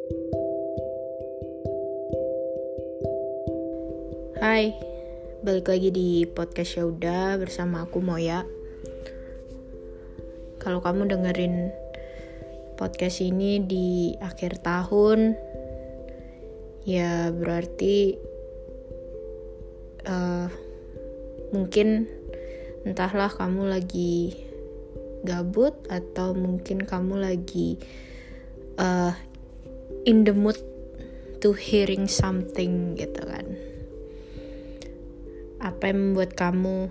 Hai, balik lagi di podcast Yaudah bersama aku Moya. Kalau kamu dengerin podcast ini di akhir tahun, ya berarti mungkin entahlah kamu lagi gabut atau mungkin kamu lagi in the mood to hearing something gitu kan. Apa yang membuat kamu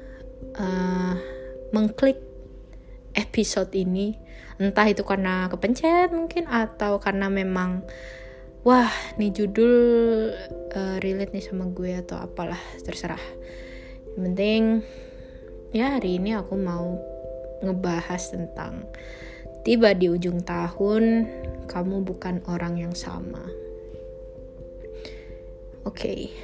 mengklik episode ini? Entah itu karena kepencet mungkin, atau karena memang wah nih judul relate nih sama gue, atau apalah, terserah. Yang penting ya hari ini aku mau ngebahas tentang tiba di ujung tahun kamu bukan orang yang sama. Oke.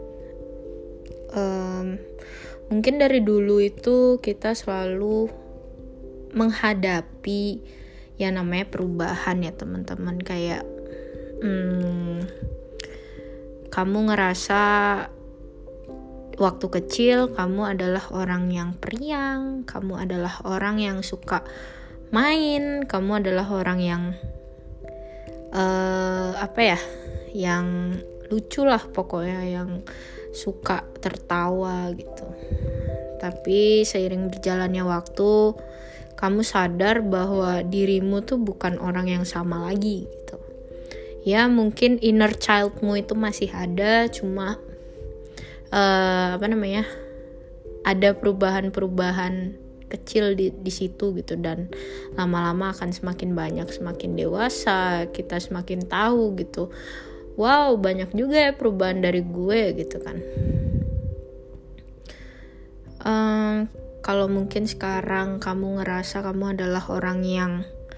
Mungkin dari dulu itu kita selalu menghadapi yang namanya perubahan ya teman-teman. Kayak kamu ngerasa waktu kecil kamu adalah orang yang periang, kamu adalah orang yang suka main, kamu adalah orang yang yang lucu lah pokoknya, yang suka tertawa gitu. Tapi seiring berjalannya waktu, kamu sadar bahwa dirimu tuh bukan orang yang sama lagi gitu. Ya mungkin inner childmu itu masih ada, cuma ada perubahan-perubahan kecil di situ gitu, dan lama-lama akan semakin banyak, semakin dewasa kita semakin tahu gitu. Wow, banyak juga ya perubahan dari gue gitu kan. Kalau mungkin sekarang kamu ngerasa kamu adalah orang yang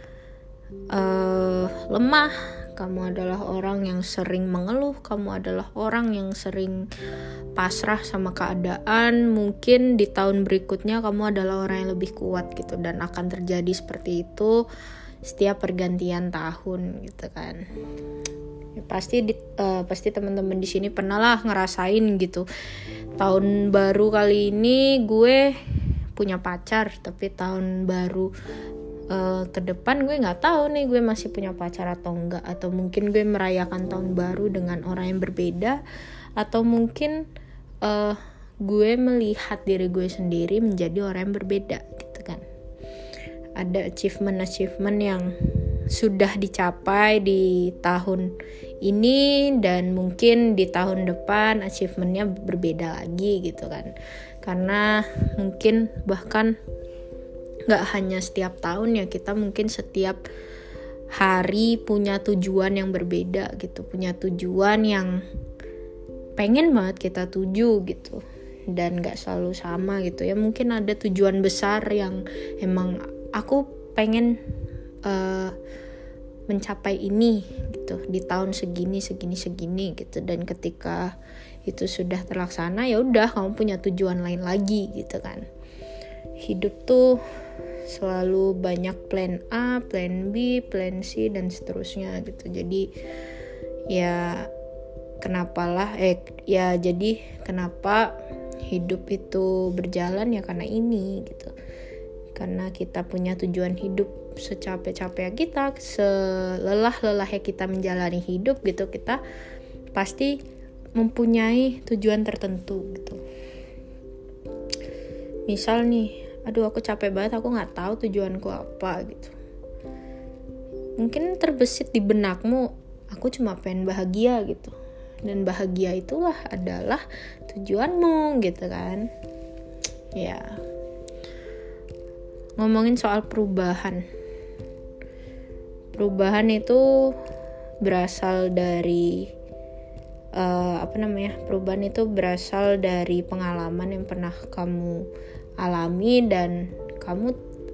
lemah, kamu adalah orang yang sering mengeluh, kamu adalah orang yang sering pasrah sama keadaan, mungkin di tahun berikutnya kamu adalah orang yang lebih kuat gitu, dan akan terjadi seperti itu setiap pergantian tahun gitu kan. Ya, pasti teman-teman di sini pernah lah ngerasain gitu. Tahun baru kali ini gue punya pacar, tapi tahun baru ke depan gue nggak tahu nih gue masih punya pacar atau enggak, atau mungkin gue merayakan tahun baru dengan orang yang berbeda, atau mungkin gue melihat diri gue sendiri menjadi orang yang berbeda gitu kan. Ada achievement yang sudah dicapai di tahun ini, dan mungkin di tahun depan achievementnya berbeda lagi gitu kan. Karena mungkin bahkan gak hanya setiap tahun ya, kita mungkin setiap hari punya tujuan yang berbeda gitu, punya tujuan yang pengen banget kita tuju gitu, dan gak selalu sama gitu ya. Mungkin ada tujuan besar yang emang aku pengen mencapai ini gitu di tahun segini gitu, dan ketika itu sudah terlaksana ya udah kamu punya tujuan lain lagi gitu kan. Hidup tuh selalu banyak plan A, plan B, plan C dan seterusnya gitu. Jadi kenapa hidup itu berjalan ya karena ini gitu. Karena kita punya tujuan hidup, secapek-capek kita, selelah-lelahnya kita menjalani hidup gitu, kita pasti mempunyai tujuan tertentu gitu. Misal nih, aduh aku capek banget, aku gak tahu tujuanku apa gitu. Mungkin terbesit di benakmu, aku cuma pengen bahagia gitu, dan bahagia itulah adalah tujuanmu gitu kan. Ya, ngomongin soal perubahan itu berasal dari perubahan itu berasal dari pengalaman yang pernah kamu alami, dan kamu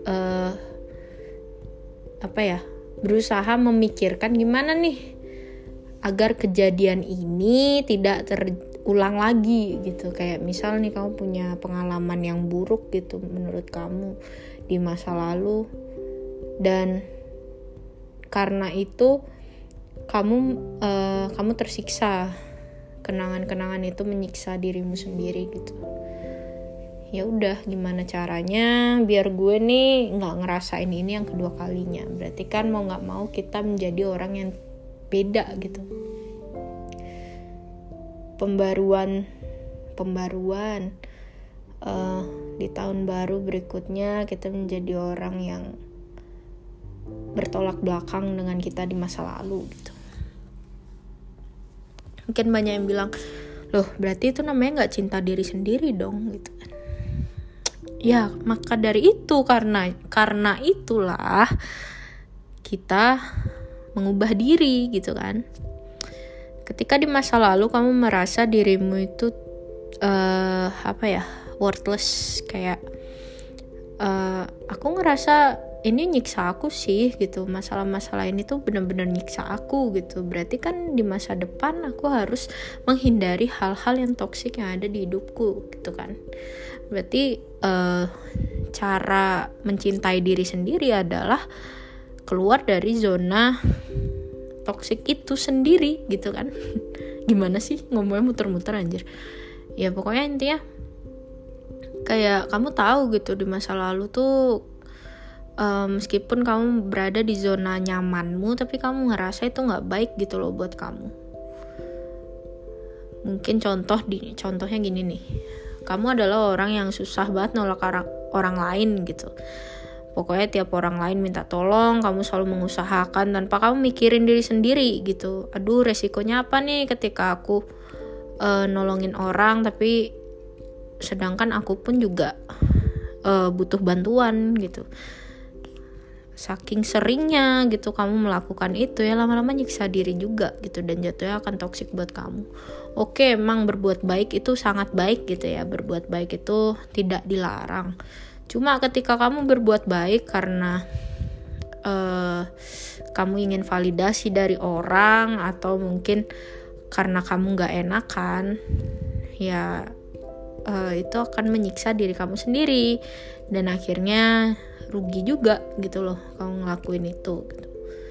berusaha memikirkan gimana nih agar kejadian ini tidak terulang lagi gitu. Kayak misal nih kamu punya pengalaman yang buruk gitu menurut kamu di masa lalu, dan karena itu kamu tersiksa, kenangan-kenangan itu menyiksa dirimu sendiri gitu. Ya udah, gimana caranya biar gue nih nggak ngerasain ini yang kedua kalinya. Berarti kan mau nggak mau kita menjadi orang yang beda gitu. Pembaruan di tahun baru berikutnya kita menjadi orang yang bertolak belakang dengan kita di masa lalu gitu. Mungkin banyak yang bilang, loh berarti itu namanya nggak cinta diri sendiri dong gitu kan. Ya maka dari itu, karena itulah kita mengubah diri gitu kan. Ketika di masa lalu kamu merasa dirimu itu worthless, kayak aku ngerasa ini nyiksa aku sih gitu, masalah-masalah ini tuh benar-benar nyiksa aku gitu. Berarti kan di masa depan aku harus menghindari hal-hal yang toksik yang ada di hidupku gitu kan. Berarti cara mencintai diri sendiri adalah keluar dari zona toksik itu sendiri gitu kan. Gimana sih ngomongnya muter-muter anjir. Ya pokoknya intinya kayak kamu tahu gitu di masa lalu tuh meskipun kamu berada di zona nyamanmu, tapi kamu ngerasa itu nggak baik gitu loh buat kamu. Mungkin contohnya gini nih, kamu adalah orang yang susah banget nolak orang lain gitu. Pokoknya tiap orang lain minta tolong, kamu selalu mengusahakan tanpa kamu mikirin diri sendiri gitu. Aduh, resikonya apa nih ketika aku nolongin orang, tapi sedangkan aku pun juga butuh bantuan gitu. Saking seringnya gitu kamu melakukan itu, ya lama-lama nyiksa diri juga gitu, dan jatuhnya akan toksik buat kamu. Oke, emang berbuat baik itu sangat baik gitu ya, berbuat baik itu tidak dilarang. Cuma ketika kamu berbuat baik karena kamu ingin validasi dari orang, atau mungkin karena kamu gak enakan, ya itu akan menyiksa diri kamu sendiri, dan akhirnya rugi juga gitu loh kamu ngelakuin itu gitu.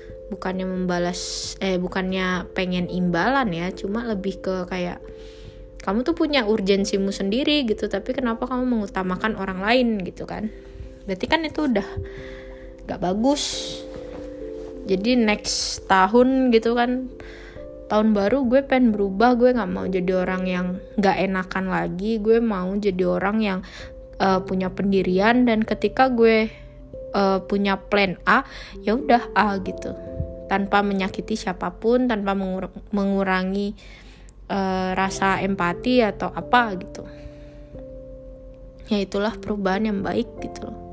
Bukannya pengen imbalan ya, cuma lebih ke kayak kamu tuh punya urgensimu sendiri gitu, tapi kenapa kamu mengutamakan orang lain gitu kan. Berarti kan itu udah gak bagus. Jadi next tahun gitu kan, tahun baru gue pengen berubah. Gue gak mau jadi orang yang gak enakan lagi. Gue mau jadi orang yang punya pendirian, dan ketika gue punya plan A, ya udah A gitu, tanpa menyakiti siapapun, tanpa mengurangi rasa empati atau apa gitu. Ya itulah perubahan yang baik gitu loh.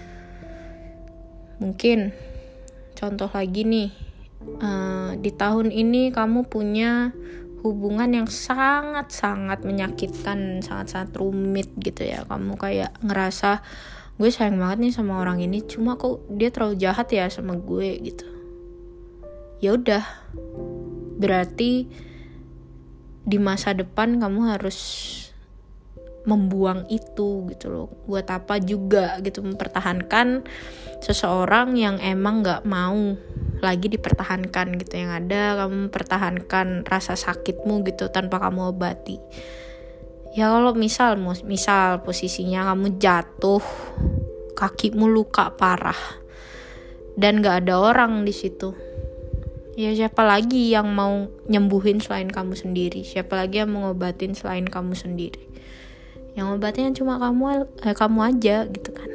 Mungkin contoh lagi nih, di tahun ini kamu punya hubungan yang sangat-sangat menyakitkan, sangat-sangat rumit gitu ya. Kamu kayak ngerasa, gue sayang banget nih sama orang ini, cuma kok dia terlalu jahat ya sama gue gitu. Ya udah, berarti di masa depan kamu harus membuang itu gitu loh. Buat apa juga gitu mempertahankan seseorang yang emang gak mau lagi dipertahankan gitu. Yang ada kamu mempertahankan rasa sakitmu gitu tanpa kamu obati. Ya kalau misal posisinya kamu jatuh, kakimu luka parah, dan gak ada orang di situ, ya siapa lagi yang mau nyembuhin selain kamu sendiri? Siapa lagi yang mau ngobatin selain kamu sendiri? Yang ngobatin cuma kamu aja gitu kan.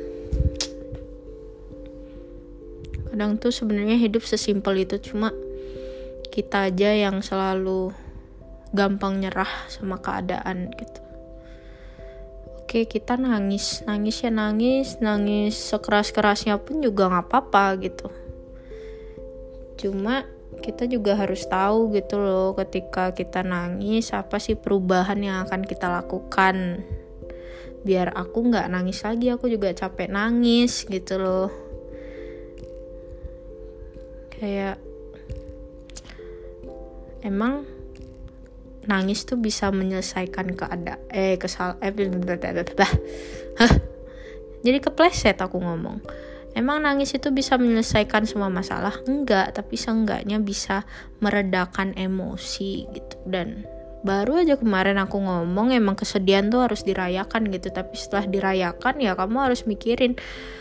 Kadang tuh sebenarnya hidup sesimpel itu, cuma kita aja yang selalu gampang nyerah sama keadaan gitu. Oke, kita nangis sekeras-kerasnya pun juga gak apa-apa gitu. Cuma kita juga harus tahu gitu loh, ketika kita nangis, apa sih perubahan yang akan kita lakukan. Biar aku gak nangis lagi, aku juga capek nangis gitu loh. Kayak emang nangis tuh bisa menyelesaikan Jadi kepleset aku ngomong. Emang nangis itu bisa menyelesaikan semua masalah? Enggak, tapi seenggaknya bisa meredakan emosi gitu. Dan baru aja kemarin aku ngomong emang kesedihan tuh harus dirayakan gitu. Tapi setelah dirayakan ya kamu harus mikirin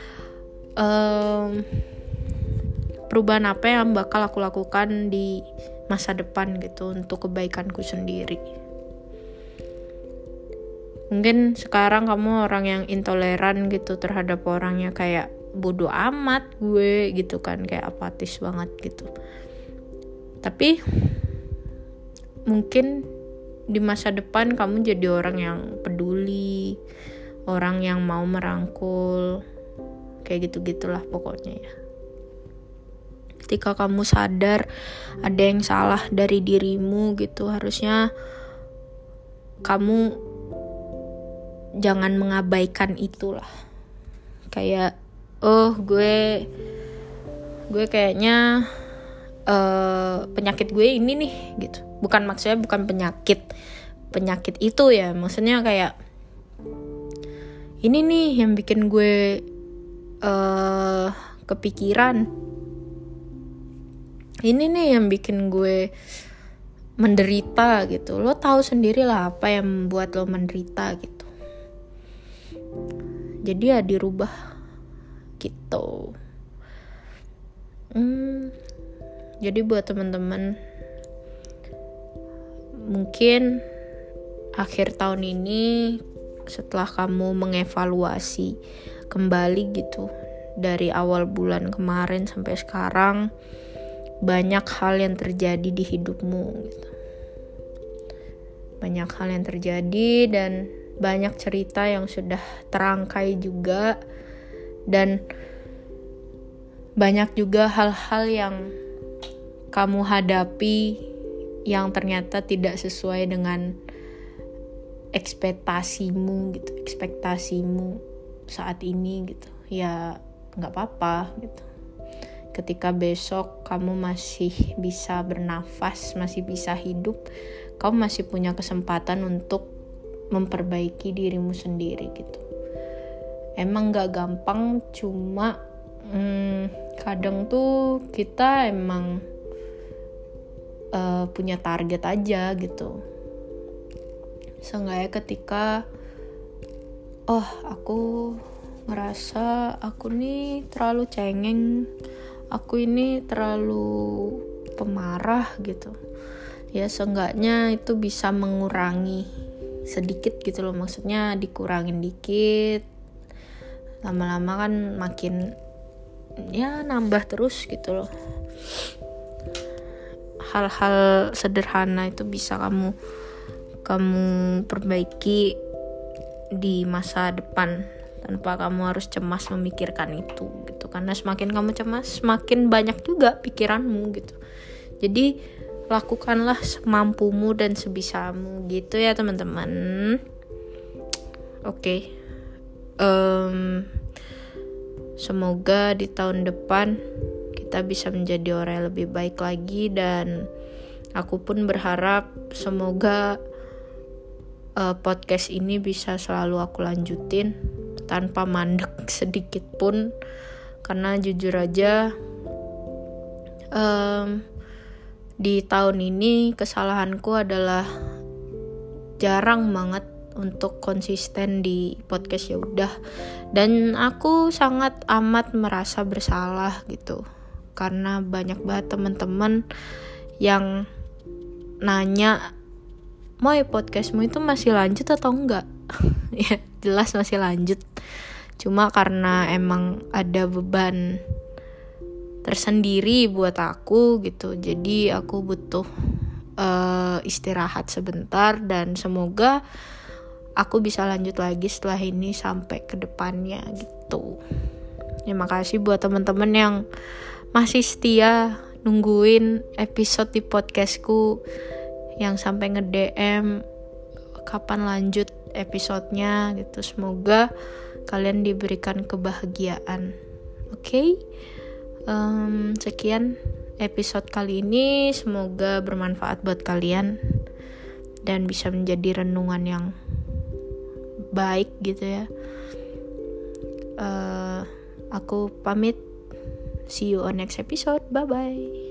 perubahan apa yang bakal aku lakukan di masa depan gitu untuk kebaikanku sendiri. Mungkin sekarang kamu orang yang intoleran gitu terhadap orangnya, kayak bodoh amat gue gitu kan, kayak apatis banget gitu. Tapi mungkin di masa depan kamu jadi orang yang peduli, orang yang mau merangkul, kayak gitu-gitulah pokoknya ya. Ketika kamu sadar ada yang salah dari dirimu gitu, harusnya kamu jangan mengabaikan itulah. Kayak gue kayaknya penyakit gue ini nih gitu. Maksudnya bukan penyakit itu ya, maksudnya kayak ini nih yang bikin gue kepikiran, ini nih yang bikin gue menderita gitu. Lo tahu sendiri lah apa yang membuat lo menderita gitu. Jadi ya dirubah gitu. Jadi buat teman-teman, mungkin akhir tahun ini setelah kamu mengevaluasi kembali gitu dari awal bulan kemarin sampai sekarang, banyak hal yang terjadi di hidupmu gitu. Banyak hal yang terjadi dan banyak cerita yang sudah terangkai juga, dan banyak juga hal-hal yang kamu hadapi yang ternyata tidak sesuai dengan ekspektasimu saat ini gitu. Ya nggak apa-apa gitu. Ketika besok kamu masih bisa bernafas, masih bisa hidup, kamu masih punya kesempatan untuk memperbaiki dirimu sendiri gitu. Emang gak gampang, cuma kadang tuh kita emang punya target aja gitu. Seenggaknya ketika aku ngerasa aku nih terlalu cengeng, aku ini terlalu pemarah gitu, ya seenggaknya itu bisa mengurangi sedikit gitu loh. Maksudnya dikurangin dikit, lama-lama kan makin ya nambah terus gitu loh. Hal-hal sederhana itu bisa kamu perbaiki di masa depan tanpa kamu harus cemas memikirkan itu gitu. Karena semakin kamu cemas, semakin banyak juga pikiranmu gitu. Jadi lakukanlah semampumu dan sebisamu gitu ya teman-teman. Oke. Semoga di tahun depan kita bisa menjadi orang yang lebih baik lagi, dan aku pun berharap semoga podcast ini bisa selalu aku lanjutin tanpa mandek sedikit pun, karena jujur aja di tahun ini kesalahanku adalah jarang banget untuk konsisten di podcast ya udah. Dan aku sangat amat merasa bersalah gitu, karena banyak banget teman-teman yang nanya, "Moy, podcastmu itu masih lanjut atau enggak?" Ya jelas masih lanjut, cuma karena emang ada beban tersendiri buat aku gitu, jadi aku butuh istirahat sebentar, dan semoga aku bisa lanjut lagi setelah ini sampai ke depannya gitu. Terima kasih buat teman-teman yang masih setia nungguin episode di podcastku, yang sampai nge-DM kapan lanjut episodenya gitu. Semoga kalian diberikan kebahagiaan. Oke? Sekian episode kali ini, semoga bermanfaat buat kalian dan bisa menjadi renungan yang baik gitu ya. Aku pamit. See you on next episode. Bye bye.